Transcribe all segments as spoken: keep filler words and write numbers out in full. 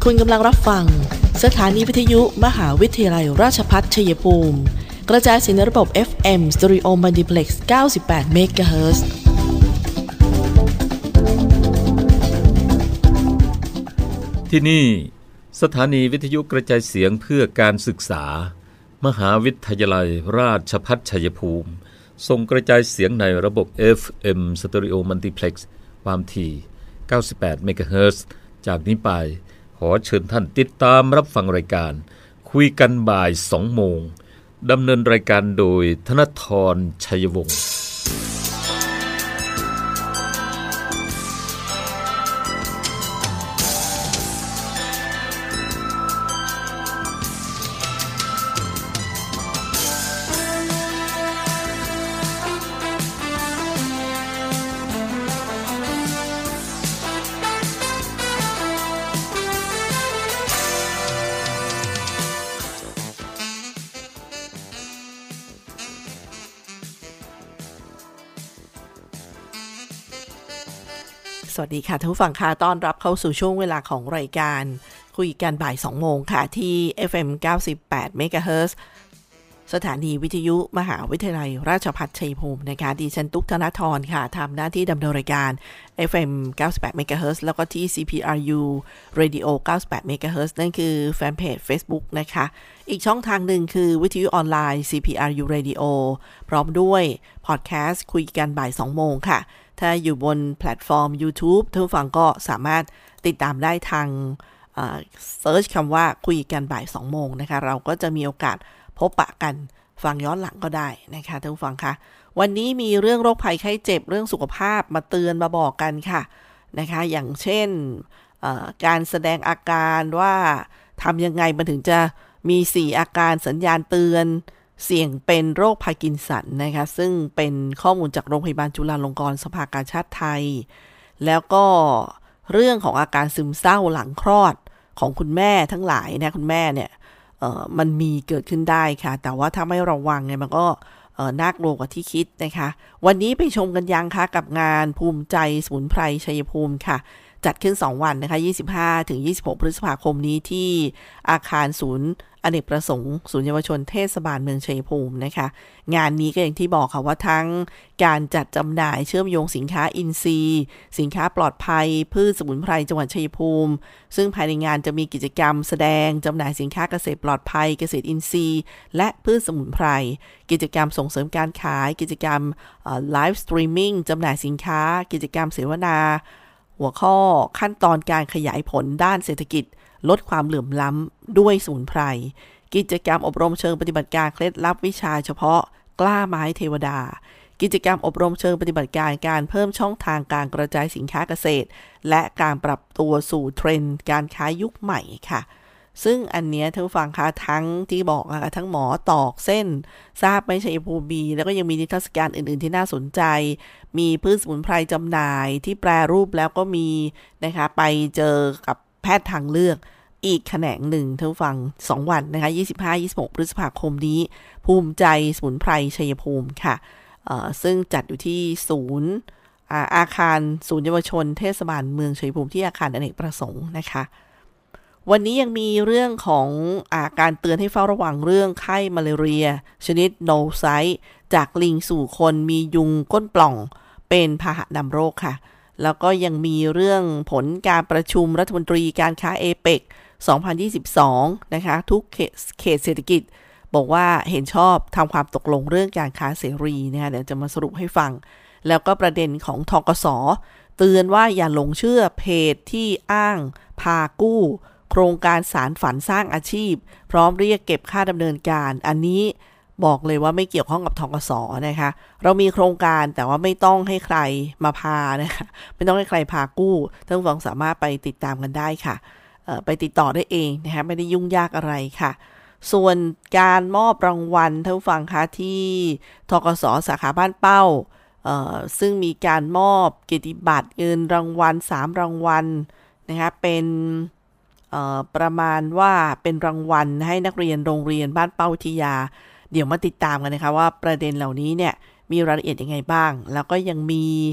คุณกำลังรับฟังสถานีวิทยุมหาวิทยาลัยราชภัฏชัยภูมิกระจายเสียงในระบบ เอฟ เอ็ม Stereo Multiplex เก้าสิบแปด เมกะเฮิรตซ์ที่นี่สถานีวิทยุกระจายเสียงเพื่อการศึกษามหาวิทยาลัยราชภัฏชัยภูมิส่งกระจายเสียงในระบบ เอฟ เอ็ม Stereo Multiplex ความถี่เก้าสิบแปด เมกะเฮิรตซ์ จากนี้ไปขอเชิญท่านติดตามรับฟังรายการคุยกันบ่ายสองโมงดำเนินรายการโดยธนธรชัยวงศ์สวัสดีค่ะท่านผู้ฟังค่ะต้อนรับเข้าสู่ช่วงเวลาของรายการคุยกันบ่ายสองโมงค่ะที่ เอฟ เอ็ม เก้าสิบแปด เมกะเฮิรตซ์ สถานีวิทยุมหาวิทยาลัยราชภัฏชัยภูมินะคะดิฉันตุ๊กธนธรค่ะทำหน้าที่ดำเนินรายการ เอฟ เอ็ม เก้าสิบแปด เมกะเฮิรตซ์ แล้วก็ที่ ซี พี อาร์ ยู Radio เก้าสิบแปด เมกะเฮิรตซ์ นั่นคือแฟนเพจ Facebook นะคะอีกช่องทางหนึ่งคือวิทยุออนไลน์ ซี พี อาร์ ยู Radio พร้อมด้วยพอดแคสต์คุยกันบ่ายสองโมงค่ะถ้าอยู่บนแพลตฟอร์ม YouTube ท่านผู้ฟังก็สามารถติดตามได้ทางเอ่อเซิร์ชคำว่าคุยกันบ่ายสองโมงนะคะเราก็จะมีโอกาสพบปะกันฟังย้อนหลังก็ได้นะคะท่านผู้ฟังคะวันนี้มีเรื่องโรคภัยไข้เจ็บเรื่องสุขภาพมาเตือนมาบอกกันค่ะนะคะอย่างเช่นการแสดงอาการว่าทำยังไงมันถึงจะมีสี่อาการสัญญาณเตือนเสี่ยงเป็นโรคพาร์กินสันนะคะซึ่งเป็นข้อมูลจากโรงพยาบาลจุฬาลงกรณ์สภากาชาดไทยแล้วก็เรื่องของอาการซึมเศร้าหลังคลอดของคุณแม่ทั้งหลายนะคุณแม่เนี่ยเอ่อมันมีเกิดขึ้นได้ค่ะแต่ว่าถ้าไม่ระวังเนี่ยมันก็เอ่อน่ากลัวกว่าที่คิดนะคะวันนี้ไปชมกันยังคะกับงานภูมิใจสมุนไพรชัยภูมิค่ะจัดขึ้นสองวันนะคะยี่สิบห้าถึงยี่สิบหกพฤษภาคมนี้ที่อาคารศูนย์อเนกประสงค์ศูนย์เยาวชนเทศบาลเมืองชัยภูมินะคะงานนี้ก็อย่างที่บอกค่ะว่าทั้งการจัดจำหน่ายเชื่อมโยงสินค้าอินทรีย์สินค้าปลอดภัยพืชสมุนไพรจังหวัดชัยภูมิซึ่งภายในงานจะมีกิจกรรมแสดงจำหน่ายสินค้าเกษตรปลอดภัยเกษตรอินทรีย์และพืชสมุนไพรกิจกรรมส่งเสริมการขายกิจกรรมไลฟ์สตรีมมิ่งจำหน่ายสินค้ากิจกรรมเสวนาหัวข้อขั้นตอนการขยายผลด้านเศรษฐกิจลดความเหลื่อมล้ำด้วยสมุนไพรกิจกรรมอบรมเชิงปฏิบัติการเคล็ดลับวิชาเฉพาะกล้าไม้เทวดากิจกรรมอบรมเชิงปฏิบัติการการเพิ่มช่องทางการกระจายสินค้าเกษตรและการปรับตัวสู่เทรนด์การค้ายุคใหม่ค่ะซึ่งอันเนี้ยท่านผู้ฟังคะทั้งที่บอกนะคะทั้งหมอตอกเส้นทราบไม่ใช่ภูมิแล้วก็ยังมีนิทรรศการอื่นๆที่น่าสนใจมีพืชสมุนไพรจำหน่ายที่แปรรูปแล้วก็มีนะคะไปเจอกับแพทย์ทางเลือกอีกแขนงหนึ่งท่านผู้ฟังสองวันนะคะยี่สิบห้า ยี่สิบหกพฤษภาคมนี้ภูมิใจสมุนไพรชัยภูมิค่ะเอ่อซึ่งจัดอยู่ที่ศูนย์อาอาคารศูนย์เยาวชนเทศบาลเมืองชัยภูมิที่อาคารอเนกประสงค์นะคะวันนี้ยังมีเรื่องของอาการเตือนให้เฝ้าระวังเรื่องไข้มาลาเรียชนิดโนไซต์จากลิงสู่คนมียุงก้นปล่องเป็นพาหะนำโรคค่ะแล้วก็ยังมีเรื่องผลการประชุมรัฐมนตรีการค้าเอเปกสองพันยี่สิบสองนะคะทุกเขตเศรษฐกิจบอกว่าเห็นชอบทำความตกลงเรื่องการค้าเสรีนะคะเดี๋ยวจะมาสรุปให้ฟังแล้วก็ประเด็นของธกส.เตือนว่าอย่าหลงเชื่อเพจที่อ้างพากู้โครงการสารฝันสร้างอาชีพพร้อมเรียกเก็บค่าดำเนินการอันนี้บอกเลยว่าไม่เกี่ยวข้องกับธกส.นะคะเรามีโครงการแต่ว่าไม่ต้องให้ใครมาพานะคะไม่ต้องให้ใครพากู้ท่านผู้ฟังสามารถไปติดตามกันได้ค่ะไปติดต่อได้เองนะคะไม่ได้ยุ่งยากอะไรค่ะส่วนการมอบรางวัลท่านผู้ฟังคะที่ธกส.สาขาบ้านเป้าซึ่งมีการมอบเกียรติบัตรเงินรางวัลสามรางวัลนะคะเป็นประมาณว่าเป็นรางวัลให้นักเรียนโรงเรียนบ้านเป้าวิทยาเดี๋ยวมาติดตามกันนะคะว่าประเด็นเหล่านี้เนี่ยมีรายละเอียดยังไงบ้างแล้วก็ยังมี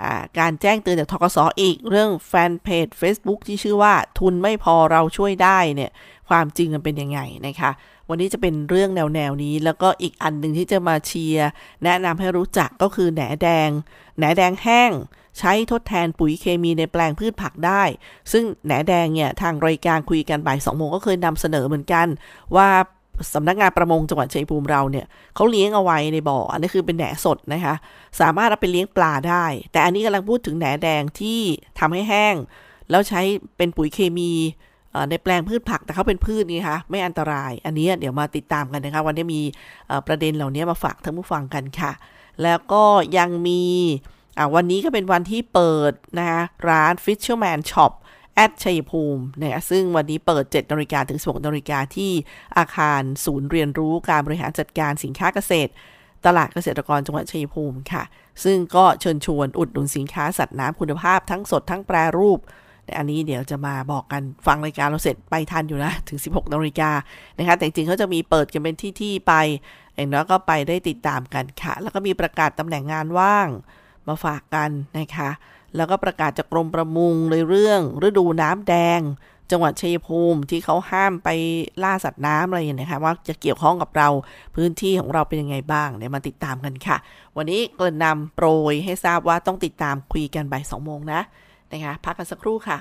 การแจ้งเตือนจากธกส.อีกเรื่องแฟนเพจ Facebook ที่ชื่อว่าทุนไม่พอเราช่วยได้เนี่ยความจริงมันเป็นยังไงนะคะวันนี้จะเป็นเรื่องแนวแนวนี้แล้วก็อีกอันหนึ่งที่จะมาเชียร์แนะนำให้รู้จักก็คือแหนแดงแหนแดงแห้งใช้ทดแทนปุ๋ยเคมีในแปลงพืชผักได้ซึ่งแหนแดงเนี่ยทางรายการคุยกันบ่ายสองโมงก็เคยนำเสนอเหมือนกันว่าสำนักงานประมงจังหวัดชัยภูมิเราเนี่ยเขาเลี้ยงเอาไว้ในบ่ออันนี้คือเป็นแหนสดนะคะสามารถเอาไปเลี้ยงปลาได้แต่อันนี้กำลังพูดถึงแหนแดงที่ทำให้แห้งแล้วใช้เป็นปุ๋ยเคมีในแปลงพืชผักแต่เขาเป็นพืชนี่คะไม่อันตรายอันนี้เดี๋ยวมาติดตามกันนะคะวันนี้มีประเด็นเหล่านี้มาฝากท่านผู้ฟังกันค่ะแล้วก็ยังมีวันนี้ก็เป็นวันที่เปิดนะคะร้าน Fisherman Shop แอดชัยภูมิเนี่ยซึ่งวันนี้เปิด เจ็ดนาฬิกา ถึง สิบหกนาฬิกาที่อาคารศูนย์เรียนรู้การบริหารจัดการสินค้าเกษตรตลาดเกษตรกรจังหวัดชัยภูมิค่ะซึ่งก็เชิญชวนอุดหนุนสินค้าสัตว์น้ำคุณภาพทั้งสดทั้งแปรรูปอันนี้เดี๋ยวจะมาบอกกันฟังรายการเราเสร็จไปทันอยู่นะถึง สิบหกนาฬิกานะคะแต่จริงๆเขาจะมีเปิดกันเป็นที่ๆไปแล้วก็ไปได้ติดตามกันค่ะแล้วก็มีประกาศตำแหน่งงานว่างมาฝากกันนะคะแล้วก็ประกาศจากกรมประมงในเรื่องฤดูน้ำแดงจังหวัดชัยภูมิที่เขาห้ามไปล่าสัตว์น้ำอะไรอย่างนี้นะคะว่าจะเกี่ยวข้องกับเราพื้นที่ของเราเป็นยังไงบ้างเดี๋ยวมาติดตามกันค่ะวันนี้เกริ่นนำโปรยให้ทราบว่าต้องติดตามคุยกันบ่ายสองโมงนะนะคะพักกันสักครู่ค่ะ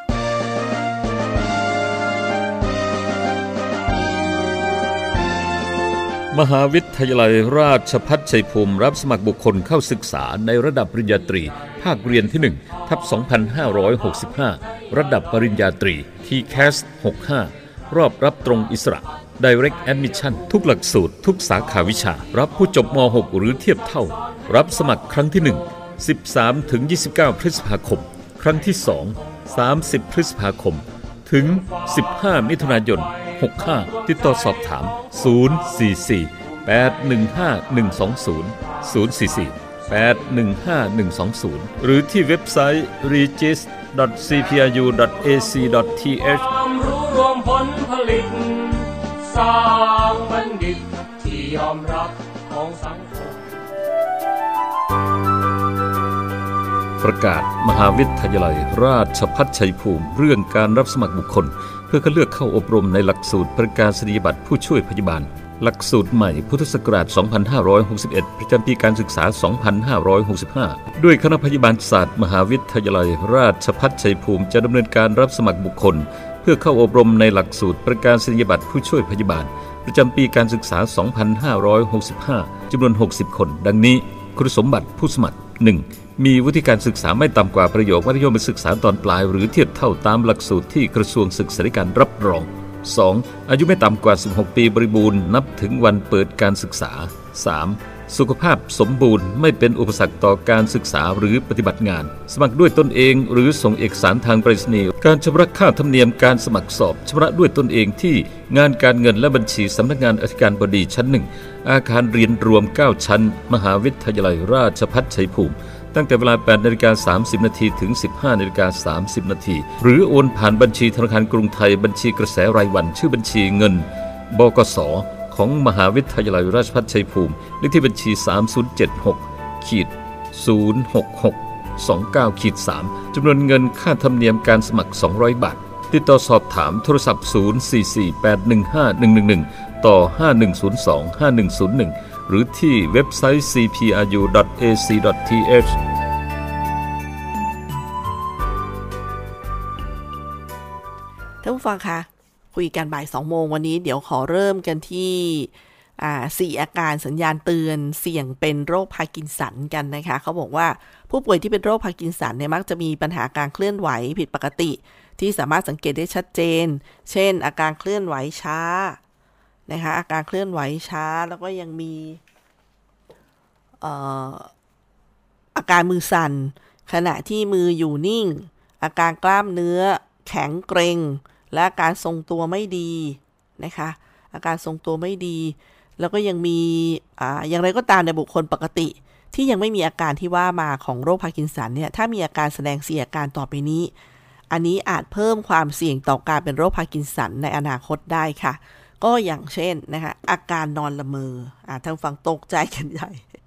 มหาวิทยาลัยราชภัฏชัยภูมิรับสมัครบุคคลเข้าศึกษาในระดับปริญญาตรีภาคเรียนที่หนึ่งทับสองพันห้าร้อยหกสิบห้าระดับปริญญาตรี ที แคส หกสิบห้ารอบรับตรงอิสระ Direct Admission ทุกหลักสูตรทุกสาขาวิชารับผู้จบม หก หรือเทียบเท่ารับสมัครครั้งที่หนึ่ง สิบสามถึงยี่สิบเก้า พฤษภาคมครั้งที่สอง สามสิบ พฤษภาคมถึงสิบห้ามิถุนายนหกสิบห้าติดต่อสอบถามศูนย์ สี่ สี่ แปด หนึ่ง ห้า หนึ่ง สอง ศูนย์ ศูนย์ สี่ สี่ แปด หนึ่ง ห้า หนึ่ง สอง ศูนย์หรือที่เว็บไซต์ รีจิส ดอท ซี พี อาร์ ยู ดอท เอ ซี ดอท ที เอชความรู้รวมผลผลิตสร้างบัณฑิตที่ยอมรับของสังคมประกาศมหาวิทยาลัยราชภัฏชัยภูมิเรื่องการรับสมัครบุคคลเพื่อคัดเลือกเข้าอบรมในหลักสูตรประกาศนียบัตรผู้ช่วยพยาบาลหลักสูตรใหม่พุทธศักราช สองพันห้าร้อยหกสิบเอ็ด ประจำปีการศึกษา สองพันห้าร้อยหกสิบห้า ด้วยคณะพยาบาลศาสตร์มหาวิทยาลัยราชภัฏชัยภูมิจะดำเนินการรับสมัครบุคคลเพื่อเข้าอบรมในหลักสูตรประกาศนียบัตรผู้ช่วยพยาบาลประจำปีการศึกษา สองพันห้าร้อยหกสิบห้า จำนวน หกสิบ คนดังนี้คุณสมบัติผู้สมัคร หนึ่งมีวุฒิการศึกษาไม่ต่ำกว่าประโยคมัธยมศึกษาตอนปลายหรือเทียบเท่าตามหลักสูตรที่กระทรวงศึกษาธิการรับรอง สองอายุไม่ต่ำกว่าสิบหกปีบริบูรณ์นับถึงวันเปิดการศึกษา สามสุขภาพสมบูรณ์ไม่เป็นอุปสรรคต่อการศึกษาหรือปฏิบัติงานสมัครด้วยตนเองหรือส่งเอกสารทางไปรษณีย์การชำระค่าธรรมเนียมการสมัครสอบชำระด้วยตนเองที่งานการเงินและบัญชีสำนักงานอธิการบดีชั้นหนึ่งอาคารเรียนรวมเก้าชั้นมหาวิทยาลัยราชภัฏชัยภูมิตั้งแต่เวลา แปดนาฬิกาสามสิบนาที ถึง สิบห้านาฬิกาสามสิบนาทีหรือโอนผ่านบัญชีธนาคารกรุงไทยบัญชีกระแสรายวันชื่อบัญชีเงินบกสของมหาวิทยาลัยราชภัฏชัยภูมิเลขที่บัญชี สาม ศูนย์ เจ็ด หก ศูนย์ หก หก สอง เก้า สาม จำนวนเงินค่าธรรมเนียมการสมัครสองร้อยบาทติดต่อสอบถามโทรศัพท์ศูนย์ สี่ สี่ แปด หนึ่ง ห้า หนึ่ง หนึ่ง หนึ่งต่อห้าหนึ่งศูนย์สอง ห้าหนึ่งศูนย์หนึ่งหรือที่เว็บไซต์ ซี พี อาร์ ยู ดอท เอ ซี ดอท ที เอชท่านผู้ฟังคะคุยกันบ่ายสองโมงวันนี้เดี๋ยวขอเริ่มกันที่อ่าสี่อาการสัญญาณเตือนเสี่ยงเป็นโรคพาร์กินสันกันนะคะเขาบอกว่าผู้ป่วยที่เป็นโรคพาร์กินสันเนี่ยมักจะมีปัญหาการเคลื่อนไหวผิดปกติที่สามารถสังเกตได้ชัดเจนเช่นอาการเคลื่อนไหวช้านะคะอาการเคลื่อนไหวช้าแล้วก็ยังมีเอ่ออาการมือสั่นขณะที่มืออยู่นิ่งอาการกล้ามเนื้อแข็งเกร็งและอาการทรงตัวไม่ดีนะคะอาการทรงตัวไม่ดีแล้วก็ยังมีอ่าอย่างไรก็ตามในบุคคลปกติที่ยังไม่มีอาการที่ว่ามาของโรคพาร์กินสันเนี่ยถ้ามีอาการแสดงสี่อาการต่อไปนี้อันนี้อาจเพิ่มความเสี่ยงต่อการเป็นโรคพาร์กินสันในอนาคตได้ค่ะก็อย่างเช่นนะคะอาการนอนละเมออ่าทางฝั่งตกใจกันใหญ่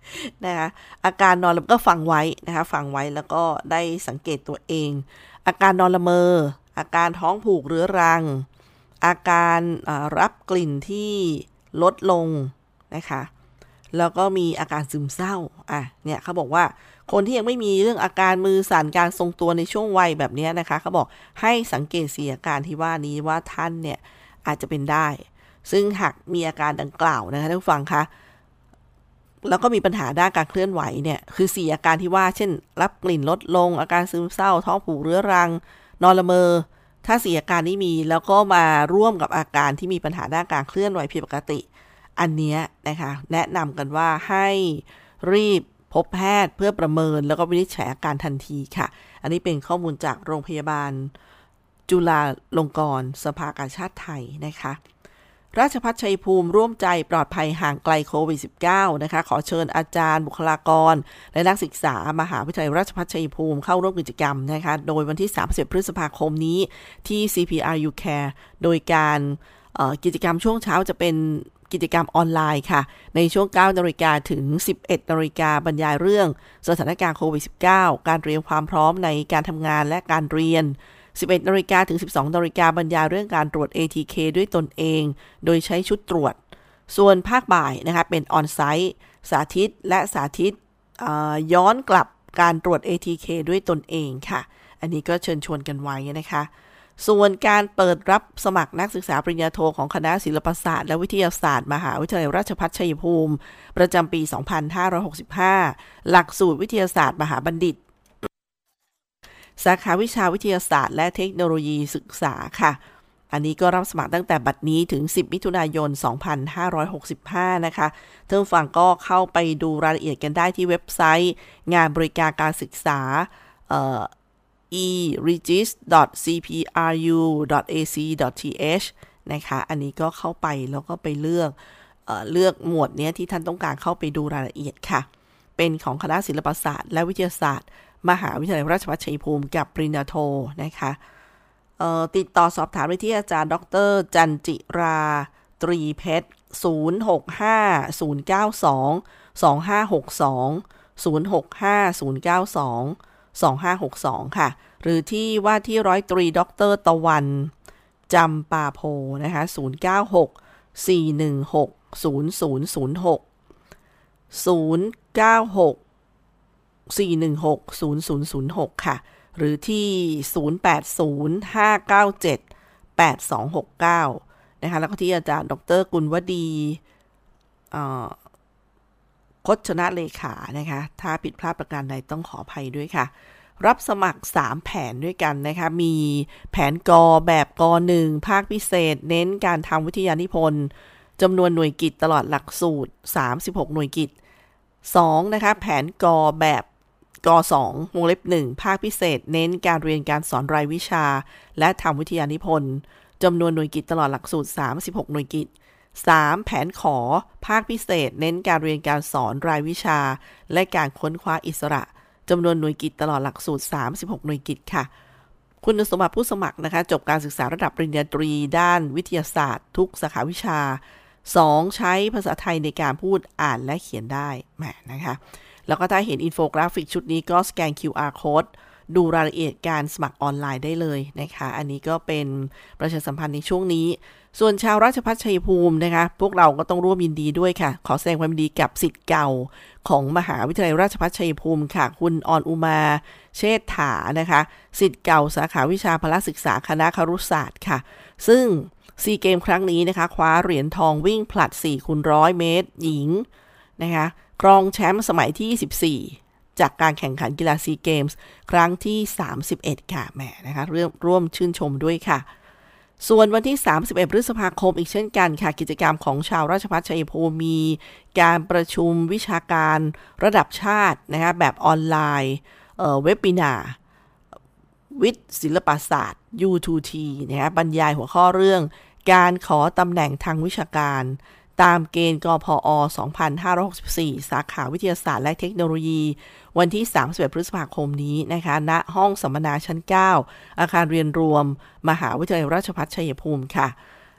นะคะอาการนอนแล้วก็ฟังไว้นะคะฟังไว้แล้วก็ได้สังเกตตัวเองอาการนอนละเมออาการท้องผูกเรื้อรังอาการรับกลิ่นที่ลดลงนะคะแล้วก็มีอาการซึมเศร้าอ่ะเนี่ยเขาบอกว่าคนที่ยังไม่มีเรื่องอาการมือสั่นการทรงตัวในช่วงวัยแบบนี้นะคะเขาบอกให้สังเกตสี่อาการที่ว่านี้ว่าท่านเนี่ยอาจจะเป็นได้ซึ่งหากมีอาการดังกล่าวนะคะท่านผู้ฟังคะแล้วก็มีปัญหาด้านการเคลื่อนไหวเนี่ยคือสี่อาการที่ว่าเช่นรับกลิ่นลดลงอาการซึมเศร้าท้องผูกเรื้อรังนอนละเมอถ้าสี่อาการนี้มีแล้วก็มาร่วมกับอาการที่มีปัญหาด้านการเคลื่อนไหวผิดปกติอันนี้นะคะแนะนำกันว่าให้รีบพบแพทย์เพื่อประเมินแล้วก็วินิจฉัยอาการทันทีค่ะอันนี้เป็นข้อมูลจากโรงพยาบาลจุฬาลงกรณ์สภากาชาดไทยนะคะราชภัฏชัยภูมิร่วมใจปลอดภัยห่างไกลโควิด สิบเก้า นะคะขอเชิญอาจารย์บุคลากรและนักศึกษามหาวิทยาลัยราชภัฏชัยภูมิเข้าร่วมกิจกรรมนะคะโดยวันที่สามสิบพฤษภาคมนี้ที่ ซี พี อาร์ ยู Care โดยการกิจกรรมช่วงเช้าจะเป็นกิจกรรมออนไลน์ค่ะในช่วง เก้านาฬิกา ถึง สิบเอ็ดนาฬิกาบรรยายเรื่องสถานการณ์โควิด สิบเก้า การเตรียมความพร้อมในการทำงานและการเรียนสิบเอ็ดนาฬิกา ถึง สิบสองนาฬิกาบรรยายเรื่องการตรวจ เอ ที เค ด้วยตนเองโดยใช้ชุดตรวจส่วนภาคบ่ายนะคะเป็นออนไซต์สาธิตและสาธิตย้อนกลับการตรวจ เอ ที เค ด้วยตนเองค่ะอันนี้ก็เชิญชวนกันไว้นะคะส่วนการเปิดรับสมัครนักศึกษาปริญญาโทของคณะศิลปศาสตร์และวิทยาศาสตร์มหาวิทยาลัยราชภัฏชัยภูมิประจำปี สองพันห้าร้อยหกสิบห้า หลักสูตรวิทยาศาสตร์มหาบัณฑิตสาขาวิชาวิทยาศาสตร์และเทคโนโลยีศึกษาค่ะอันนี้ก็รับสมัครตั้งแต่บัดนี้ถึงสิบมิถุนายนสองพันห้าร้อยหกสิบห้านะคะท่านผู้ฟังก็เข้าไปดูรายละเอียดกันได้ที่เว็บไซต์งานบริการการศึกษาเอ่อ อี รี จี ไอ เอส ดอท ซี พี อาร์ ยู ดอท เอ ซี ดอท ที เอช นะคะอันนี้ก็เข้าไปแล้วก็ไปเลือกเอ่อเลือกหมวดเนี้ยที่ท่านต้องการเข้าไปดูรายละเอียดค่ะเป็นของคณะศิลปศาสตร์และวิทยาศาสตร์มหาวิทยาลัยราชภัฏชัยภูมิกับปริญญาโทนะคะติดต่อสอบถามได้ที่อาจารย์ดร.จันจิราตรีเพชรศูนย์ หก ห้า ศูนย์ เก้า สอง สอง ห้า หก สอง ศูนย์ หก ห้า ศูนย์ เก้า สอง สอง ห้า หก สองค่ะหรือที่ว่าที่ร้อยตรีดร.ตะวันจำปาโพนะคะศูนย์ เก้า หก สี่ หนึ่ง หก ศูนย์ ศูนย์ ศูนย์ หก ศูนย์ เก้า หก สี่ หนึ่ง หก ศูนย์ ศูนย์ ศูนย์ หกค่ะหรือที่ศูนย์ แปด ศูนย์ ห้า เก้า เจ็ด แปด สอง หก เก้านะคะแล้วก็ที่อาจารย์ดร.กุลวดีเอ่อคชนะเลขานะคะถ้าผิดพลาดประการใดต้องขออภัยด้วยค่ะรับสมัครสามแผนด้วยกันนะคะมีแผนกแบบกหนึ่งภาคพิเศษเน้นการทำวิทยานิพนธ์จำนวนหน่วยกิตตลอดหลักสูตรสามสิบหกหน่วยกิตสองนะคะแผนกแบบกสองวงเล็บหนึ่งภาคพิเศษเน้นการเรียนการสอนรายวิชาและทำวิทยานิพนธ์จำนวนหน่วยกิตตลอดหลักสูตรสามสิบหกหน่วยกิตสามแผนขอภาคพิเศษเน้นการเรียนการสอนรายวิชาและการค้นคว้าอิสระจำนวนหน่วยกิตตลอดหลักสูตรสามสิบหกหน่วยกิตค่ะคุณสมบัติผู้สมัครนะคะจบการศึกษาระดับปริญญาตรีด้านวิทยาศาสตร์ทุกสาขาวิชาสองใช้ภาษาไทยในการพูดอ่านและเขียนได้แหมนะคะแล้วก็ถ้าเห็นอินโฟกราฟิกชุดนี้ก็สแกน คิว อาร์ Code ดูรายละเอียดการสมัครออนไลน์ได้เลยนะคะอันนี้ก็เป็นประชาสัมพันธ์ในช่วงนี้ส่วนชาวราชภัฏชัยภูมินะคะพวกเราก็ต้องร่วมยินดีด้วยค่ะขอแสดงความยินดีกับศิษย์เก่าของมหาวิทยาลัยราชภัฏชัยภูมิค่ะคุณออนอุมาเชษฐานะคะศิษย์เก่าสาขาวิชาพละศึกษาคณะครุศาสตร์ค่ะซึ่งซีเกมครั้งนี้นะคะคว้าเหรียญทองวิ่งผลัดสี่คูณร้อยเมตรหญิงนะคะครองแชมป์สมัยที่ยี่สิบสี่จากการแข่งขันกีฬาซีเกมส์ครั้งที่สามสิบเอ็ดค่ะแหมนะคะร่วมร่วมชื่นชมด้วยค่ะส่วนวันที่สามสิบเอ็ดพฤษภาคมอีกเช่นกันค่ะกิจกรรมของชาวราชภัฏชัยภูมิมีการประชุมวิชาการระดับชาตินะคะแบบออนไลน์เอ่อเว็บบินาร์วิทย์ศิลปศาสตร์ ยู ทู ที นะคะบรรยายหัวข้อเรื่องการขอตำแหน่งทางวิชาการตามเกณฑ์กพอสองพันห้าร้อยหกสิบสี่สาขาวิทยาศาสตร์และเทคโนโลยีวันที่สามสิบเอ็ดพฤษภาคมนี้นะคะณห้องสัมมนาชั้นเก้าอาคารเรียนรวมมหาวิทยาลัยราชภัฏชัยภูมิค่ะ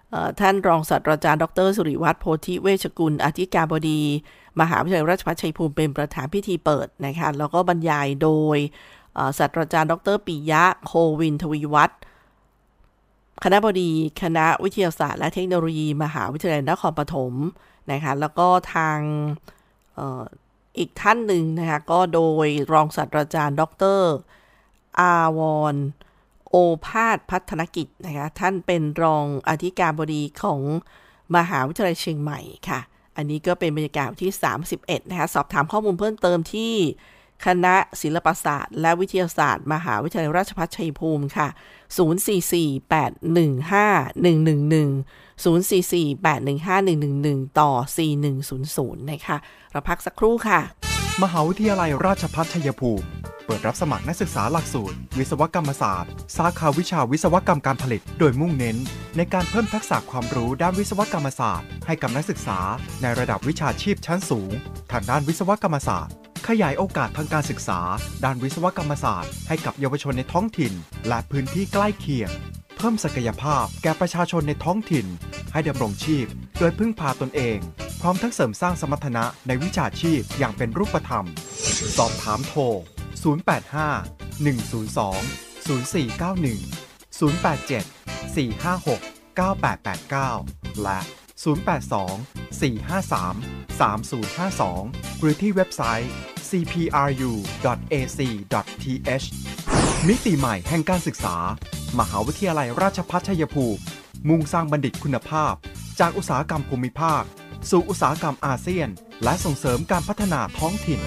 ท่านรองศาสตราจารย์ดรสุริวัฒน์โพธิเวชกุลอธิการบดีมหาวิทยาลัยราชภัฏชัยภูมิเป็นประธานพิธีเปิดนะคะแล้วก็บรรยายโดยศาสตราจารย์ดรปิยะโควินทวีวัฒน์คณบดีคณะวิทยาศาสตร์และเทคโนโลยีมหาวิทยาลัยนครปฐมนะคะแล้วก็ทาง อ, อีกท่านหนึ่งนะคะก็โดยรองศาสตราจารย์ดรอาวรณ์โอภาสพัฒนกิจนะคะท่านเป็นรองอธิการบดีของมหาวิทยาลัยเชียงใหม่ค่ะอันนี้ก็เป็นบรรยากาศที่สามสิบเอ็ดนะคะสอบถามข้อมูลเพิ่มเติมที่คณะศิลปศาสตร์และวิทยาศาสตร์มหาวิทยาลัยราชภัฏชัยภูมิค่ะศูนย์ สี่ สี่ แปด หนึ่ง ห้า หนึ่ง หนึ่ง หนึ่ง ศูนย์ สี่ สี่ แปด หนึ่ง ห้า หนึ่ง หนึ่ง หนึ่ง ต่อ สี่ หนึ่ง ศูนย์ ศูนย์นะคะเราพักสักครู่ค่ะมหาวิทยาลัยราชภัฏชัยภูมิเปิดรับสมัครนักศึกษาหลักสูตรวิศวกรรมศาสตร์สาขาวิชาวิศวกรรมการผลิตโดยมุ่งเน้นในการเพิ่มทักษะความรู้ด้านวิศวกรรมศาสตร์ให้กับนักศึกษาในระดับวิชาชีพชั้นสูงทางด้านวิศวกรรมศาสตร์ขยายโอกาสทางการศึกษาด้านวิศวกรรมศาสตร์ให้กับเยาวชนในท้องถิ่นและพื้นที่ใกล้เคียงเพิ่มศักยภาพแก่ประชาชนในท้องถิ่นให้ดำรงชีพโดยพึ่งพาตนเองพร้อมทั้งเสริมสร้างสมรรถนะในวิชาชีพอย่างเป็นรูปธรรมสอบถามโทรศูนย์ แปด ห้า หนึ่ง ศูนย์ สอง ศูนย์ สี่ เก้า หนึ่ง ศูนย์ แปด เจ็ด สี่ ห้า หก เก้า แปด แปด เก้าและศูนย์ แปด สอง สี่ ห้า สาม สาม ศูนย์ ห้า สองหรือที่เว็บไซต์ ซี พี อาร์ ยู ดอท เอ ซี ดอท ที เอช มิติใหม่แห่งการศึกษามหาวิทยาลัยราชภัฏชัยภูมิมุ่งสร้างบัณฑิตคุณภาพจากอุตสาหกรรมภูมิภาคสู่อุตสาหกรรมอาเซียนและส่งเสริมการพัฒนาท้องถิ่น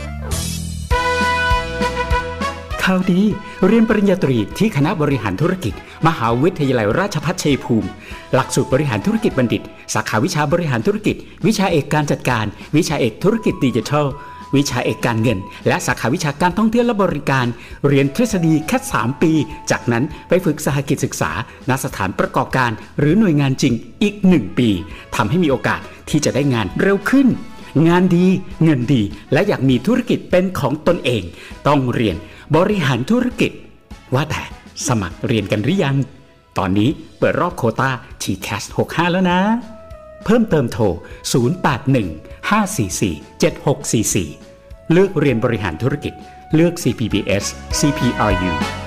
ข่าวดีเรียนปริญญาตรีที่คณะบริหารธุรกิจมหาวิทยาลัยราชภัฏชัยภูมิหลักสูตรบริหารธุรกิจบัณฑิตสาขาวิชาบริหารธุรกิจวิชาเอกการจัดการวิชาเอกธุรกิจดิจิทัลวิชาเอกการเงินและสาขาวิชาการท่องเที่ยวและบริการเรียนทฤษฎีแค่สามปีจากนั้นไปฝึกสหกิจศึกษาณสถานประกอบการหรือหน่วยงานจริงอีกหนึ่งปีทำให้มีโอกาสที่จะได้งานเร็วขึ้นงานดีเงินดีและอยากมีธุรกิจเป็นของตนเองต้องเรียนบริหารธุรกิจว่าแต่สมัครเรียนกันหรือยังตอนนี้เปิดรอบโควตา ที แคส หกสิบห้า แล้วนะเพิ่มเติมโทรศูนย์ แปด หนึ่ง ห้า สี่ สี่ เจ็ด หก สี่ สี่เลือกเรียนบริหารธุรกิจเลือก ซี พี บี เอส ซี พี อาร์ ยู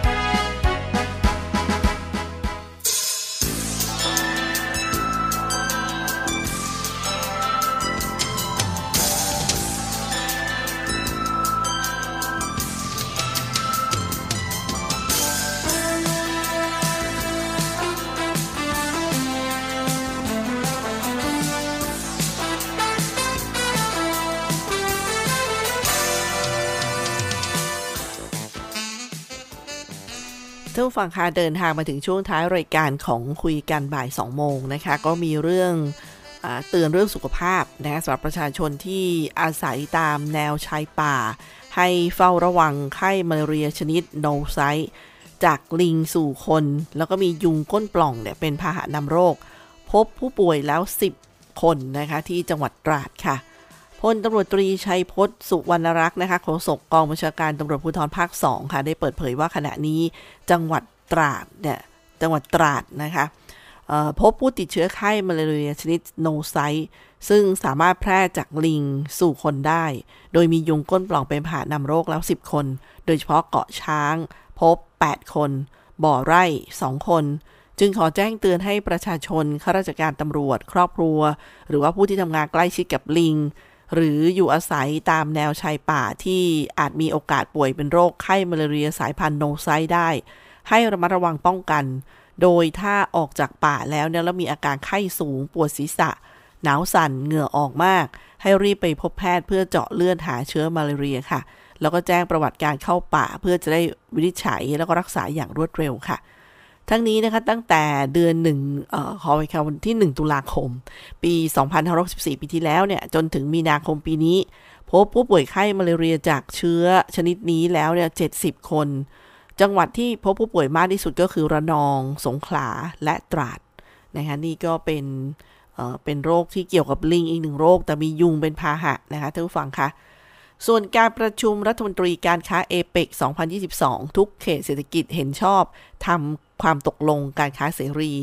ท่านผู้ฟังคะเดินทางมาถึงช่วงท้ายรายการของคุยกันบ่ายสองโมงนะคะก็มีเรื่องอ่าเตือนเรื่องสุขภาพนะสำหรับประชาชนที่อาศัยตามแนวชายป่าให้เฝ้าระวังไข้มาลาเรียชนิดโนไซต์จากลิงสู่คนแล้วก็มียุงก้นปล่องเนี่ยเป็นพาหะนำโรคพบผู้ป่วยแล้วสิบคนนะคะที่จังหวัดตราดค่ะพลตำรวจตรีชัยพจน์สุวรรณรักษ์นะคะโฆษกกองบัญชาการตำรวจภูธรภาคสองค่ะได้เปิดเผยว่าขณะนี้จังหวัดตราดเนี่ยจังหวัดตราดนะคะพบผู้ติดเชื้อไข้มาลาเรียชนิดโนไซต์ซึ่งสามารถแพร่จากลิงสู่คนได้โดยมียุงก้นปล่องเป็นพาหะนำโรคแล้วสิบคนโดยเฉพาะเกาะช้างพบแปดคนบ่อไร่สองคนจึงขอแจ้งเตือนให้ประชาชนข้าราชการตำรวจครอบครัวหรือว่าผู้ที่ทำงานใกล้ชิดกับลิงหรืออยู่อาศัยตามแนวชายป่าที่อาจมีโอกาสป่วยเป็นโรคไข้มาลาเรียสายพันธุ์โนไซต์ได้ให้ระมัดระวังป้องกันโดยถ้าออกจากป่าแล้วเนี่ยแล้วมีอาการไข้สูงปวดศีรษะหนาวสั่นเหงื่อออกมากให้รีบไปพบแพทย์เพื่อเจาะเลือดหาเชื้อมาลาเรียค่ะแล้วก็แจ้งประวัติการเข้าป่าเพื่อจะได้วินิจฉัยแล้วก็รักษาอย่างรวดเร็วค่ะทั้งนี้นะคะตั้งแต่เดือนหนึ่งเอ่อขอไว้ค่ะวันที่หนึ่งตุลาคมปีสองพันห้าร้อยสิบสี่ปีที่แล้วเนี่ยจนถึงมีนาคมปีนี้พบผู้ป่วยไข้มาลาเรียจากเชื้อชนิดนี้แล้วเนี่ยเจ็ดสิบคนจังหวัดที่พบผู้ป่วยมากที่สุดก็คือระนองสงขลาและตราดนะคะนี่ก็เป็นเอ่อเป็นโรคที่เกี่ยวกับลิงอีกหนึ่งโรคแต่มียุงเป็นพาหะนะคะท่านผู้ฟังคะส่วนการประชุมรัฐมนตรีการค้าเอเปกสองพันยี่สิบสองทุกเขตเศรษฐกิจเห็นชอบทำความตกลงการค้าเสรี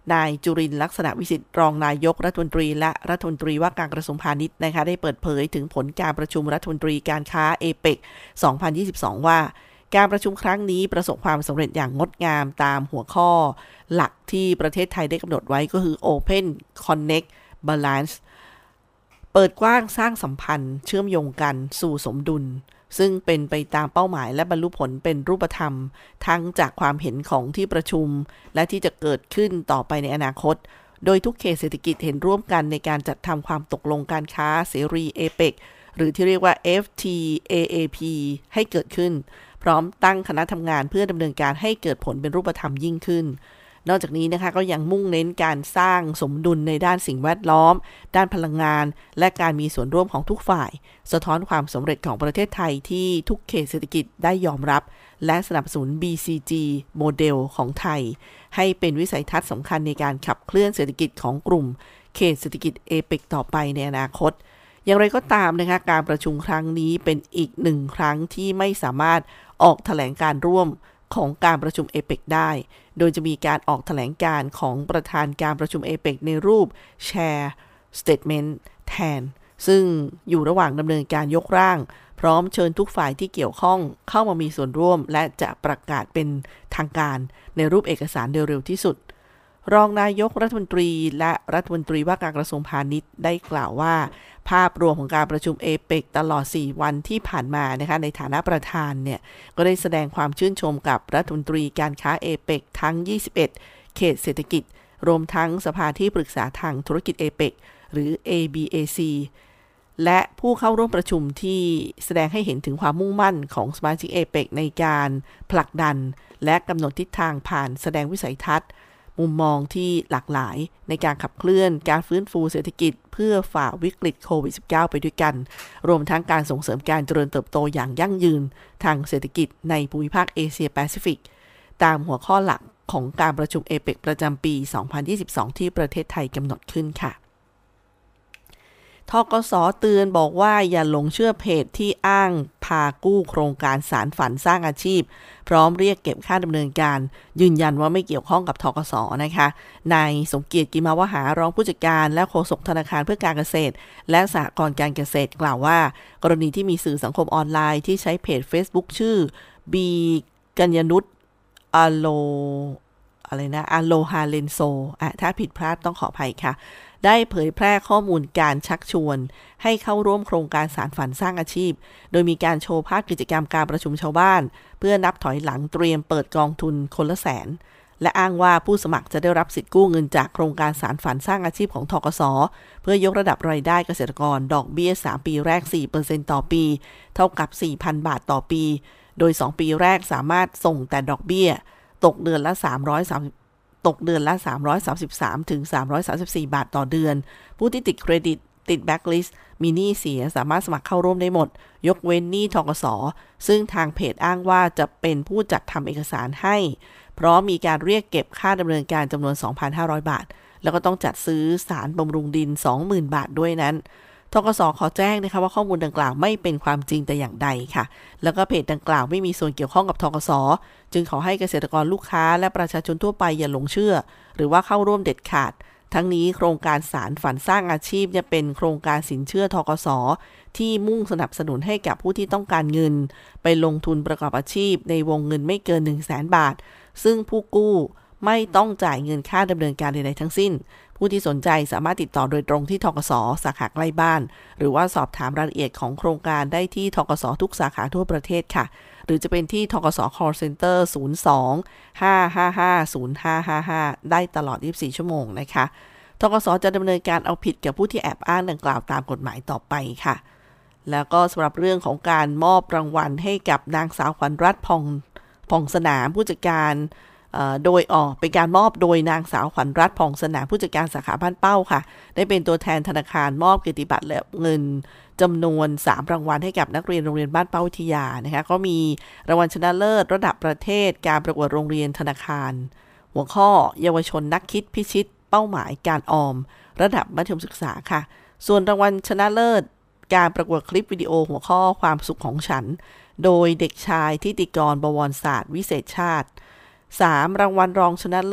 นายจุรินทร์ลักษณะวิสิทธิ์รองนายกรัฐมนตรีและรัฐมนตรีว่าการกระทรวงพาณิชย์นะคะได้เปิดเผยถึงผลการประชุมรัฐมนตรีการค้าเอเปกสองพันยี่สิบสองว่าการประชุมครั้งนี้ประสบความสำเร็จอย่างงดงามตามหัวข้อหลักที่ประเทศไทยได้กำหนดไว้ก็คือ Open Connect Balance เปิดกว้างสร้างสัมพันธ์เชื่อมโยงกันสู่สมดุลซึ่งเป็นไปตามเป้าหมายและบรรลุผลเป็นรูปธรรมทั้งจากความเห็นของที่ประชุมและที่จะเกิดขึ้นต่อไปในอนาคตโดยทุกเขตเศรษฐกิจเห็นร่วมกันในการจัดทำความตกลงการค้าเสรีเอเปกหรือที่เรียกว่า เอฟ ที เอ เอ พี ให้เกิดขึ้นพร้อมตั้งคณะทำงานเพื่อดำเนินการให้เกิดผลเป็นรูปธรรมยิ่งขึ้นนอกจากนี้นะคะก็ยังมุ่งเน้นการสร้างสมดุลในด้านสิ่งแวดล้อมด้านพลังงานและการมีส่วนร่วมของทุกฝ่ายสะท้อนความสำเร็จของประเทศไทยที่ทุกเขตเศรษฐกิจได้ยอมรับและสนับสนุน บี ซี จี โมเดลของไทยให้เป็นวิสัยทัศน์สำคัญในการขับเคลื่อนเศรษฐกิจของกลุ่มเขตเศรษฐกิจเอเปกต่อไปในอนาคตอย่างไรก็ตามนะคะการประชุมครั้งนี้เป็นอีกหนึ่งครั้งที่ไม่สามารถออกแถลงการร่วมของการประชุมเอเปกได้โดยจะมีการออกแถลงการของประธานการประชุมเอเปกในรูป Share Statement แทนซึ่งอยู่ระหว่างดำเนินการยกร่างพร้อมเชิญทุกฝ่ายที่เกี่ยวข้องเข้ามามีส่วนร่วมและจะประกาศเป็นทางการในรูปเอกสารโดยเร็วที่สุดรองนายกรัฐมนตรีและรัฐมนตรีว่าการกระทรวงพาณิชย์ได้กล่าวว่าภาพรวมของการประชุมเอเปกตลอดสี่วันที่ผ่านมานะคะในฐานะประธานเนี่ยก็ได้แสดงความชื่นชมกับรัฐมนตรีการค้าเอเปกทั้งยี่สิบเอ็ดเขตเศรษฐกิจรวมทั้งสภาที่ปรึกษาทางธุรกิจเอเปกหรือ เอ บี เอ ซี และผู้เข้าร่วมประชุมที่แสดงให้เห็นถึงความมุ่งมั่นของสมาชิกเอเปกในการผลักดันและกำหนดทิศทางผ่านแสดงวิสัยทัศน์มุมมองที่หลากหลายในการขับเคลื่อนการฟื้นฟูเศรษฐกิจเพื่อฝ่าวิกฤตโควิด สิบเก้า ไปด้วยกันรวมทั้งการส่งเสริมการเจริญเติบโตอย่างยั่งยืนทางเศรษฐกิจในภูมิภาคเอเชียแปซิฟิกตามหัวข้อหลักของการประชุมเอเปกประจำปี สองพันยี่สิบสอง ที่ประเทศไทยกำหนดขึ้นค่ะธกส.เตือนบอกว่าอย่าหลงเชื่อเพจที่อ้างพากู้โครงการสานฝันสร้างอาชีพพร้อมเรียกเก็บค่าดำเนินการยืนยันว่าไม่เกี่ยวข้องกับธกส.นะคะนายสมเกียรติ กิมาวหารองผู้จัดการและโฆษกธนาคารเพื่อการเกษตรและสหกรณ์การเกษตรกล่าวว่ากรณีที่มีสื่อสังคมออนไลน์ที่ใช้เพจ Facebook ชื่อบีกัญญนุชอโลอะไรนะอโลฮาเลนโซอ่ะถ้าผิดพลาดต้องขออภัยค่ะได้เผยแพร่ข้อมูลการชักชวนให้เข้าร่วมโครงการสานฝันสร้างอาชีพโดยมีการโชว์ภาพกิจกรรมการประชุมชาวบ้านเพื่อนับถอยหลังเตรียมเปิดกองทุนคนละแสนและอ้างว่าผู้สมัครจะได้รับสิทธิกู้เงินจากโครงการสานฝันสร้างอาชีพของธกส.เพื่อยกระดับรายได้เกษตรกรดอกเบี้ยสามปีแรก สี่เปอร์เซ็นต์ ต่อปีเท่ากับ สี่พัน บาทต่อปีโดยสองปีแรกสามารถส่งแต่ดอกเบี้ยตกเดือนละสามร้อยสามสิบตกเดือนละสามร้อยสามสิบสามถึงสามร้อยสามสิบสี่บาทต่อเดือนผู้ที่ติดเครดิตติดแบ็คลิสต์มีหนี้เสียสามารถสมัครเข้าร่วมได้หมดยกเว้นหนี้ธกส.ซึ่งทางเพจอ้างว่าจะเป็นผู้จัดทำเอกสารให้เพราะมีการเรียกเก็บค่าดำเนินการจำนวน สองพันห้าร้อย บาทแล้วก็ต้องจัดซื้อสารบำรุงดิน สองหมื่น บาทด้วยนั้นธกส.ขอแจ้งนะคะว่าข้อมูลดังกล่าวไม่เป็นความจริงแต่อย่างใดค่ะแล้วก็เพจดังกล่าวไม่มีส่วนเกี่ยวข้องกับธกส.จึงขอให้เกษตรกรลูกค้าและประชาชนทั่วไปอย่าหลงเชื่อหรือว่าเข้าร่วมเด็ดขาดทั้งนี้โครงการสานฝันสร้างอาชีพจะเป็นโครงการสินเชื่อธกส.ที่มุ่งสนับสนุนให้กับผู้ที่ต้องการเงินไปลงทุนประกอบอาชีพในวงเงินไม่เกิน หนึ่งแสน บาทซึ่งผู้กู้ไม่ต้องจ่ายเงินค่าดำเนินการใดๆทั้งสิ้นผู้ที่สนใจสามารถติดต่อโดยตรงที่ธกส.สาขาใกล้บ้านหรือว่าสอบถามรายละเอียดของโครงการได้ที่ธกส.ทุกสาขาทั่วประเทศค่ะหรือจะเป็นที่ธกส. call center ศูนย์ สอง ห้า ห้า ห้า ศูนย์ ห้า ห้า ห้าได้ตลอดยี่สิบสี่ชั่วโมงนะคะธกส.จะดำเนินการเอาผิดกับผู้ที่แอบอ้างดังกล่าวตามกฎหมายต่อไปค่ะแล้วก็สำหรับเรื่องของการมอบรางวัลให้กับนางสาวขวัญรัตน์พองพองสนามผู้จัดการโดยออกเป็นการมอบโดยนางสาวขวัญรัตน์พองสนามผู้จัดการสาขาบ้านเป้าค่ะได้เป็นตัวแทนธนาคารมอบเกียรติบัตรและเงินจำนวนสามรางวัลให้กับนักเรียนโรงเรียนบ้านเป้าวิทยานะคะก็มีรางวัลชนะเลิศระดับประเทศการประกวดโรงเรียนธนาคารหัวข้อเยาวชนนักคิดพิชิตเป้าหมายการออมระดับมัธยมศึกษาค่ะส่วนรางวัลชนะเลิศการประกวดคลิปวิดีโอหัวข้อความสุขของฉันโดยเด็กชายทิติกรบวรศาสตร์วิเศษชาติสามรางวัลรองชนะเลิศ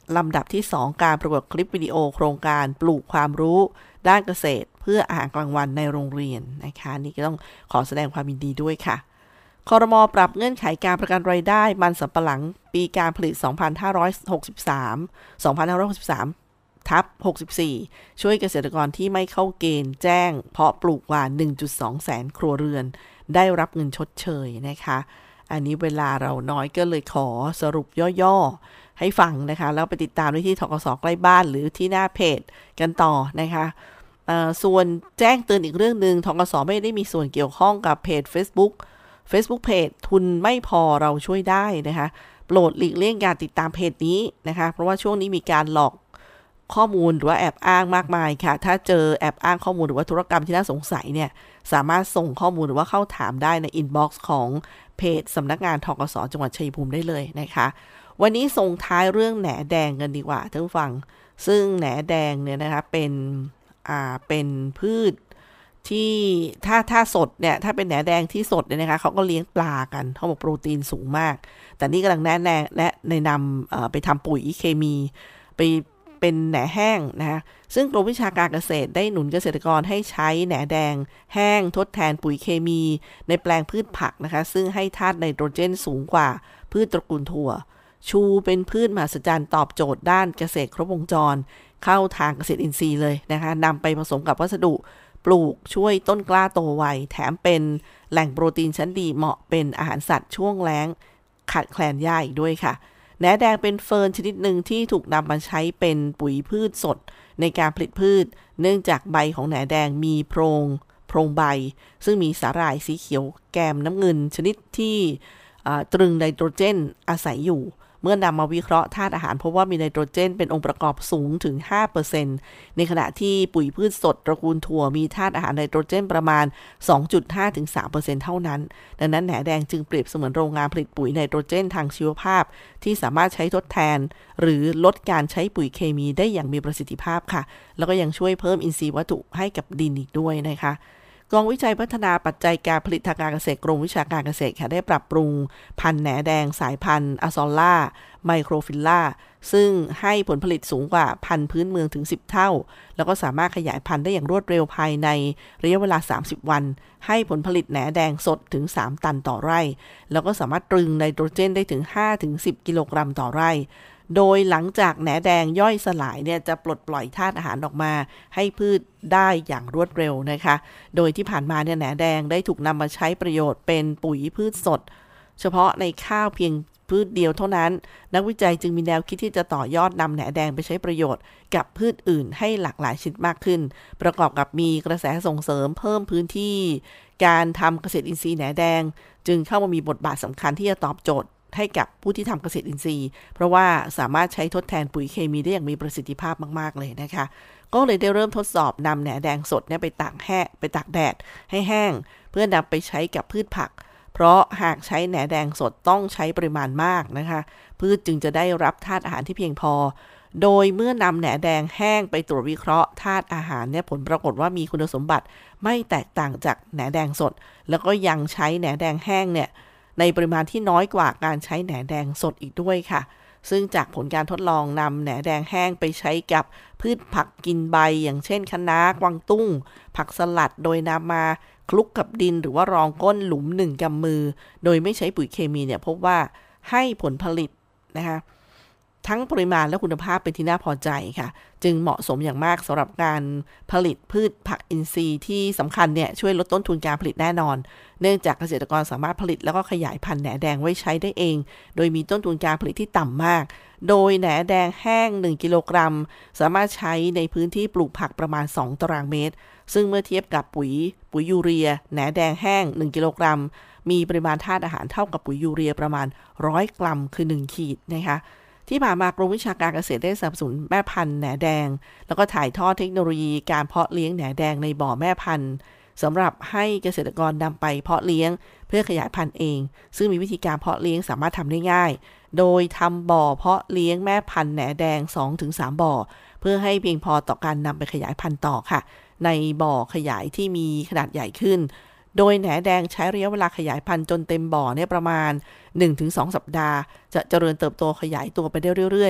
ลำดับที่สองการประกวดคลิปวิดีโอโครงการปลูกความรู้ด้านเกษตรเพื่ออาหารกลางวันในโรงเรียนนะคะนี่ก็ต้องขอแสดงความยินดีด้วยค่ะครม.ปรับเงื่อนไขการประกันรายได้มันสำปะหลังปีการผลิตสองพันห้าร้อยหกสิบสาม สองพันห้าร้อยหกสิบสามทับหกสิบสี่ช่วยเกษตรกรที่ไม่เข้าเกณฑ์แจ้งเพาะปลูกกว่า หนึ่งจุดสอง แสนครัวเรือนได้รับเงินชดเชยนะคะอันนี้เวลาเราน้อยก็เลยขอสรุปย่อๆให้ฟังนะคะแล้วไปติดตามได้ที่ธกส.ใกล้บ้านหรือที่หน้าเพจกันต่อนะคะส่วนแจ้งเตือนอีกเรื่องนึงธกส.ไม่ได้มีส่วนเกี่ยวข้องกับเพจ Facebook Facebook เพจทุนไม่พอเราช่วยได้นะคะโปรดหลีกเลี่ยงการติดตามเพจนี้นะคะเพราะว่าช่วงนี้มีการหลอกข้อมูลหรือว่าแอบอ้างมากมายค่ะถ้าเจอแอบอ้างข้อมูลหรือว่าธุรกรรมที่น่าสงสัยเนี่ยสามารถส่งข้อมูลหรือว่าเข้าถามได้ในอินบ็อกซ์ของเพจสำนักงานธกส.จังหวัดชัยภูมิได้เลยนะคะวันนี้ส่งท้ายเรื่องแหนแดงกันดีกว่าท่านผู้ฟังซึ่งแหนแดงเนี่ยนะคะเป็นอ่าเป็นพืชที่ถ้าถ้าสดเนี่ยถ้าเป็นแหนแดงที่สดเนี่ยนะคะเขาก็เลี้ยงปลากันเขาบอกโปรตีนสูงมากแต่นี่กำลังแนะแนะและในนำไปทำปุ๋ยเคมีไปเป็นแหนแห้งนะคะซึ่งกรมวิชาการเกษตรได้หนุนเกษตรกรให้ใช้แหนแดงแห้งทดแทนปุ๋ยเคมีในแปลงพืชผักนะคะซึ่งให้ธาตุไนโตรเจนสูงกว่าพืชตระกูลถั่วชูเป็นพืชมหัศจรรย์ตอบโจทย์ด้านเกษตรครบวงจรเข้าทางเกษตรอินทรีย์เลยนะคะนำไปผสมกับวัสดุปลูกช่วยต้นกล้าโตไวแถมเป็นแหล่งโปรตีนชั้นดีเหมาะเป็นอาหารสัตว์ช่วงแล้งขาดแคลนหญ้าอีกด้วยค่ะแหนแดงเป็นเฟิร์นชนิดหนึ่งที่ถูกนำมาใช้เป็นปุ๋ยพืชสดในการผลิตพืชเนื่องจากใบของแหนแดงมีโพรงโพรงใบซึ่งมีสาหร่ายสีเขียวแกมน้ำเงินชนิดที่ตรึงไนโตรเจนอาศัยอยู่เมื่อนำมาวิเคราะห์ธาตุอาหารพบว่ามีไนโตรเจนเป็นองค์ประกอบสูงถึง ห้าเปอร์เซ็นต์ ในขณะที่ปุ๋ยพืชสดตระกูลถั่วมีธาตุอาหารไนโตรเจนประมาณ สองจุดห้าถึงสามเปอร์เซ็นต์ เท่านั้นดังนั้นแหนแดงจึงเปรียบเสมือนโรงงานผลิตปุ๋ยไนโตรเจนทางชีวภาพที่สามารถใช้ทดแทนหรือลดการใช้ปุ๋ยเคมีได้อย่างมีประสิทธิภาพค่ะแล้วก็ยังช่วยเพิ่มอินทรีย์วัตถุให้กับดินอีกด้วยนะคะกองวิจัยพัฒนาปัจจัยการผลิตทางการเกษตรกรมวิชาการเกษตรค่ะได้ปรับปรุงพันธุ์แหนแดงสายพันธุ์อะซอลล่าไมโครฟิลล่าซึ่งให้ผลผลิตสูงกว่าพันธุ์พื้นเมืองถึงสิบเท่าแล้วก็สามารถขยายพันธุ์ได้อย่างรวดเร็วภายในระยะเวลาสามสิบวันให้ผลผลิตแหนแดงสดถึงสามตันต่อไร่แล้วก็สามารถตรึงไนโตรเจนได้ถึง ห้าถึงสิบ กิโลกรัมต่อไร่โดยหลังจากแหนแดงย่อยสลายเนี่ยจะปลดปล่อยธาตุอาหารออกมาให้พืชได้อย่างรวดเร็วนะคะโดยที่ผ่านมาเนี่ยแหนแดงได้ถูกนำมาใช้ประโยชน์เป็นปุ๋ยพืชสดเฉพาะในข้าวเพียงพืชเดียวเท่านั้นนักวิจัยจึงมีแนวคิดที่จะต่อยอดนำแหนแดงไปใช้ประโยชน์กับพืชอื่นให้หลากหลายชนิดมากขึ้นประกอบกับมีกระแสส่งเสริมเพิ่มพื้นที่การทำเกษตรอินทรีย์แหนแดงจึงเข้ามามีบทบาทสำคัญที่จะตอบโจทย์ให้กับผู้ที่ทำเกษตรอินทรีย์เพราะว่าสามารถใช้ทดแทนปุ๋ยเคมีได้อย่างมีประสิทธิภาพมากๆเลยนะคะก็เลยได้เริ่มทดสอบนำแหนแดงสดเนี่ยไปตากแห้งไปตากแดดให้แห้งเพื่อนำไปใช้กับพืชผักเพราะหากใช้แหนแดงสดต้องใช้ปริมาณมากนะคะพืชจึงจะได้รับธาตุอาหารที่เพียงพอโดยเมื่อนำแหนแดงแห้งไปตรวจวิเคราะห์ธาตุอาหารเนี่ยผลปรากฏว่ามีคุณสมบัติไม่แตกต่างจากแหนแดงสดแล้วก็ยังใช้แหนแดงแห้งเนี่ยในปริมาณที่น้อยกว่าการใช้แหนแดงสดอีกด้วยค่ะซึ่งจากผลการทดลองนำแหนแดงแห้งไปใช้กับพืชผักกินใบอย่างเช่นคะน้ากวางตุ้งผักสลัดโดยนำมาคลุกกับดินหรือว่ารองก้นหลุมหนึ่งกำมือโดยไม่ใช้ปุ๋ยเคมีเนี่ยพบว่าให้ผลผลิตนะคะทั้งปริมาณและคุณภาพเป็นที่น่าพอใจค่ะจึงเหมาะสมอย่างมากสำหรับการผลิตพืชผักอินทรีย์ที่สำคัญเนี่ยช่วยลดต้นทุนการผลิตแน่นอนเนื่องจากเกษตรกรสามารถผลิตแล้วก็ขยายพันธุ์แหนแดงไว้ใช้ได้เองโดยมีต้นทุนการผลิตที่ต่ำมากโดยแหนแดงแห้งหนึ่งกิโลกรัมสามารถใช้ในพื้นที่ปลูกผักประมาณสองตารางเมตรซึ่งเมื่อเทียบกับปุ๋ยปุ๋ยยูเรียแหนแดงแห้งหนึ่งกิโลกรัมมีปริมาณธาตุอาหารเท่ากับปุ๋ยยูเรียประมาณหนึ่งร้อยกรัมคือหนึ่งขีดนะคะที่ผ่านมากรมวิชาการเกษตรได้สนับสนุนแม่พันธุ์แหนแดงแล้วก็ถ่ายทอดเทคโนโลยีการเพาะเลี้ยงแหนแดงในบ่อแม่พันธุ์สำหรับให้เกษตรกรนำไปเพาะเลี้ยงเพื่อขยายพันธุ์เองซึ่งมีวิธีการเพาะเลี้ยงสามารถทำได้ง่ายโดยทำบ่อเพาะเลี้ยงแม่พันธุ์แหนแดง สองถึงสาม บ่อเพื่อให้เพียงพอต่อการนำไปขยายพันธุ์ต่อค่ะในบ่อขยายที่มีขนาดใหญ่ขึ้นโดยแหนแดงใช้ระยะเวลาขยายพันธุ์จนเต็มบ่อเนี่ยประมาณ หนึ่งถึงสอง สัปดาห์จะเจริญเติบโตขยายตัวไปได้เรื่อยๆ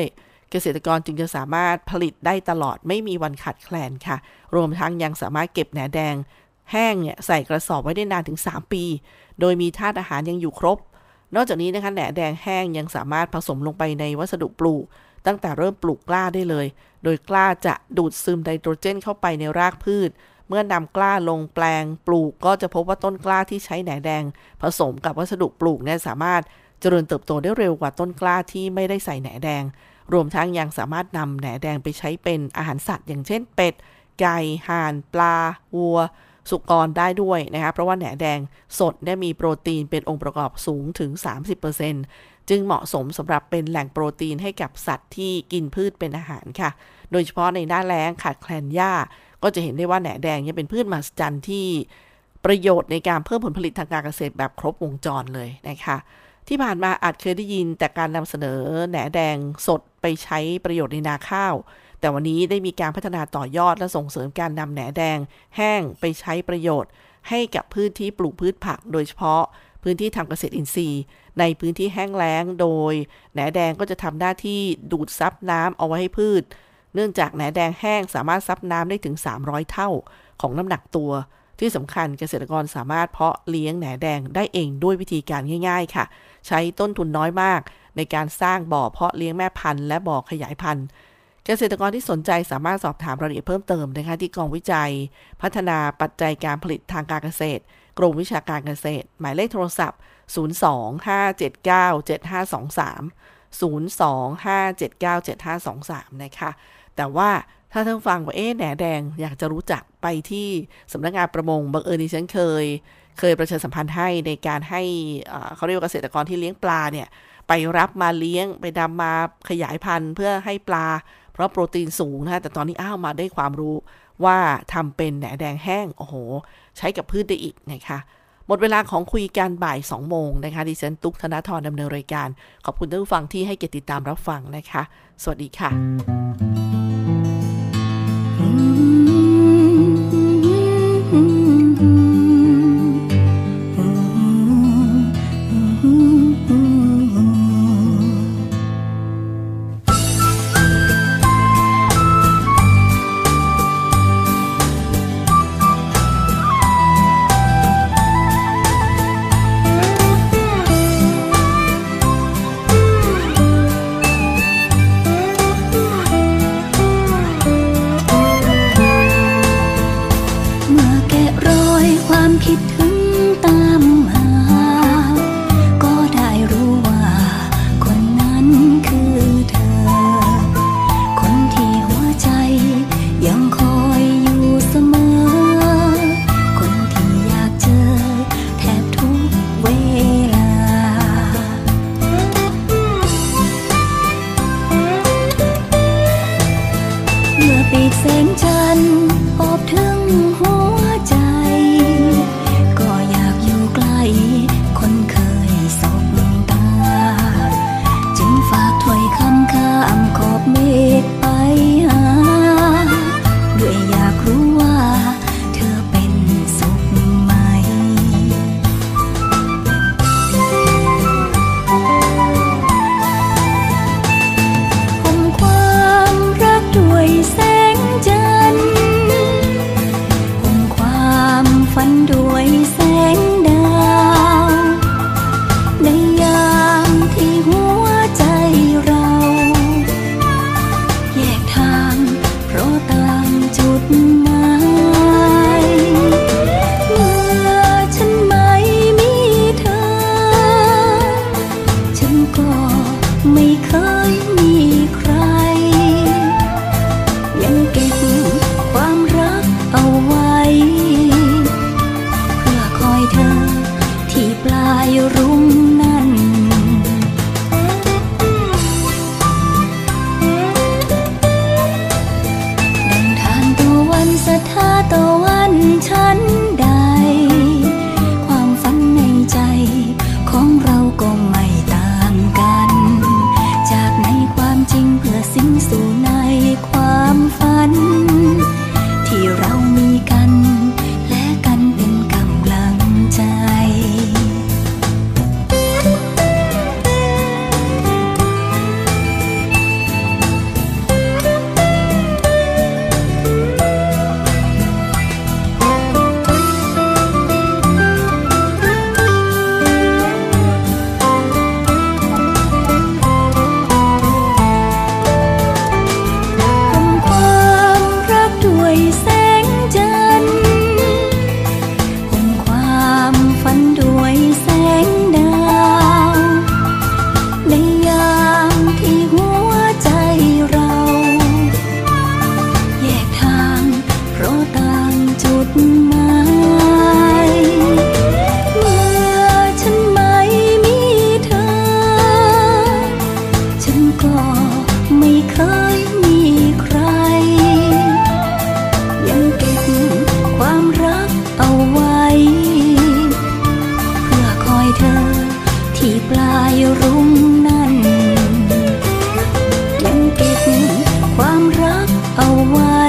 เกษตรกรจึงจะสามารถผลิตได้ตลอดไม่มีวันขาดแคลนค่ะรวมทั้งยังสามารถเก็บแหนแดงแห้งเนี่ยใส่กระสอบไว้ได้นานถึงสามปีโดยมีธาตุอาหารยังอยู่ครบนอกจากนี้นะคะแหนแดงแห้งยังสามารถผสมลงไปในวัสดุปลูกตั้งแต่เริ่มปลูกกล้าได้เลยโดยกล้าจะดูดซึมไนโตรเจนเข้าไปในรากพืชเมื่อนำกล้าลงแปลงปลูกก็จะพบว่าต้นกล้าที่ใช้แหนแดงผสมกับวัสดุปลูกเนี่ยสามารถเจริญเติบโตได้เร็วกว่าต้นกล้าที่ไม่ได้ใส่แหนแดงรวมทั้งยังสามารถนำแหนแดงไปใช้เป็นอาหารสัตว์อย่างเช่นเป็ดไก่ห่านปลาวัวสุกรได้ด้วยนะคะเพราะว่าแหนแดงสดได้มีโปรตีนเป็นองค์ประกอบสูงถึง สามสิบเปอร์เซ็นต์ จึงเหมาะสมสำหรับเป็นแหล่งโปรตีนให้กับสัตว์ที่กินพืชเป็นอาหารค่ะโดยเฉพาะในหน้าแล้งขาดแคลนหญ้าก็จะเห็นได้ว่าแหนแดงยังเป็นพืชมหัศจรรย์ที่ประโยชน์ในการเพิ่มผลผลิตทางการเกษตรแบบครบวงจรเลยนะคะที่ผ่านมาอาจเคยได้ยินแต่การนำเสนอแหนแดงสดไปใช้ประโยชน์ในนาข้าวแต่วันนี้ได้มีการพัฒนาต่อยอดและส่งเสริมการนำแหนแดงแห้งไปใช้ประโยชน์ให้กับพืชที่ปลูกพืชผักโดยเฉพาะพื้นที่ทำเกษตรอินทรีย์ในพื้นที่แห้งแล้งโดยแหนแดงก็จะทำหน้าที่ดูดซับน้ำเอาไว้ให้พืชเนื่องจากแหนแดงแห้งสามารถซับน้ำได้ถึงสามร้อยเท่าของน้ำหนักตัวที่สำคัญเกษตรกรสามารถเพาะเลี้ยงแหนแดงได้เองด้วยวิธีการง่ายๆค่ะใช้ต้นทุนน้อยมากในการสร้างบ่อเพาะเลี้ยงแม่พันธุ์และบ่อขยายพันธุ์เกษตรกรที่สนใจสามารถสอบถามรายละเอียดเพิ่มเติมนะคะที่กองวิจัยพัฒนาปัจจัยการผลิตทางการเกษตรกรมวิชาการเกษตรหมายเลขโทรศัพท์ศูนย์ สอง ห้า เจ็ด เก้า เจ็ด ห้า สอง สาม ศูนย์ สอง ห้า เจ็ด เก้า เจ็ด ห้า สอง สามนะคะแต่ว่าถ้าท่านฟังว่าเอ๊ะแหนแดงอยากจะรู้จักไปที่สำนักงานประมงบังเอิญดิฉันเคยเคยประชาสัมพันธ์ให้ในการให้เขาเรียกว่าเกษตรกรที่เลี้ยงปลาเนี่ยไปรับมาเลี้ยงไปนำมาขยายพันธุ์เพื่อให้ปลาเพราะโปรตีนสูงนะแต่ตอนนี้อ้าวมาได้ความรู้ว่าทำเป็นแหนแดงแห้งโอ้โหใช้กับพืชได้อีกนะคะหมดเวลาของคุยกันบ่ายสองโมงนะคะดิฉันตุ๊กธนธรดำเนินรายการขอบคุณท่านผู้ฟังที่ให้เกียรติติดตามรับฟังนะคะสวัสดีค่ะคิดถึงตามหาก็ได้รู้ว่าคนนั้นคือเธอคนที่หัวใจยังคอยอยู่เสมอคนที่อยากเจอแทบทุกเวลาเมื่อปีกแสงจันทร์โอบถึงหัวใจคนเคยสบตาจึงฝากถ้อยคำข้ามขอบเมฆไปหาด้วยอยากรู้ว่าเธอเป็นสุขไหมห่มความรักด้วยแสงจันทร์ห่มความฝันด้วยแสงดาวในยามที่หัวใจเราแยกทางเพราะต่างจุดหมายเมื่อฉันไม่มีเธอฉันก็ไม่เคยมีใครยังเก็บความรักเอาไว้เพื่อคอยเธอที่ปลายรุ่งนั้นดังทานตะวันสถาตะวันชั้นใดความฝันในใจของเราก็ไม่ต่างกันจากในความจริงรุ่งนั้นยังเก็บความรักเอาไว้